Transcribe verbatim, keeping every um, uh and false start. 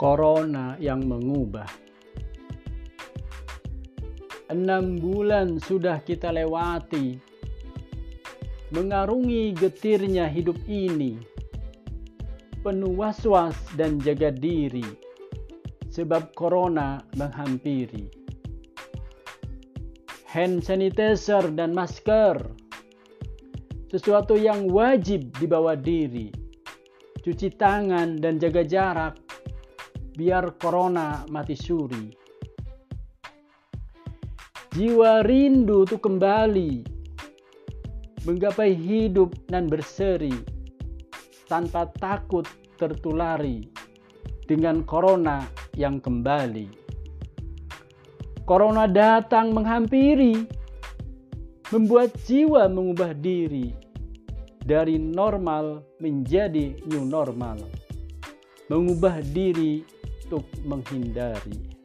Corona yang mengubah. Enam bulan sudah kita lewati, mengarungi getirnya hidup ini, penuh was-was dan jaga diri, sebab corona menghampiri. Hand sanitizer dan masker, sesuatu yang wajib dibawa diri. Cuci tangan dan jaga jarak, biar corona mati suri. Jiwa rindu untuk kembali, menggapai hidup nan berseri, tanpa takut tertulari dengan corona yang kembali. Corona datang menghampiri, membuat jiwa mengubah diri dari normal menjadi new normal, mengubah diri untuk menghindari.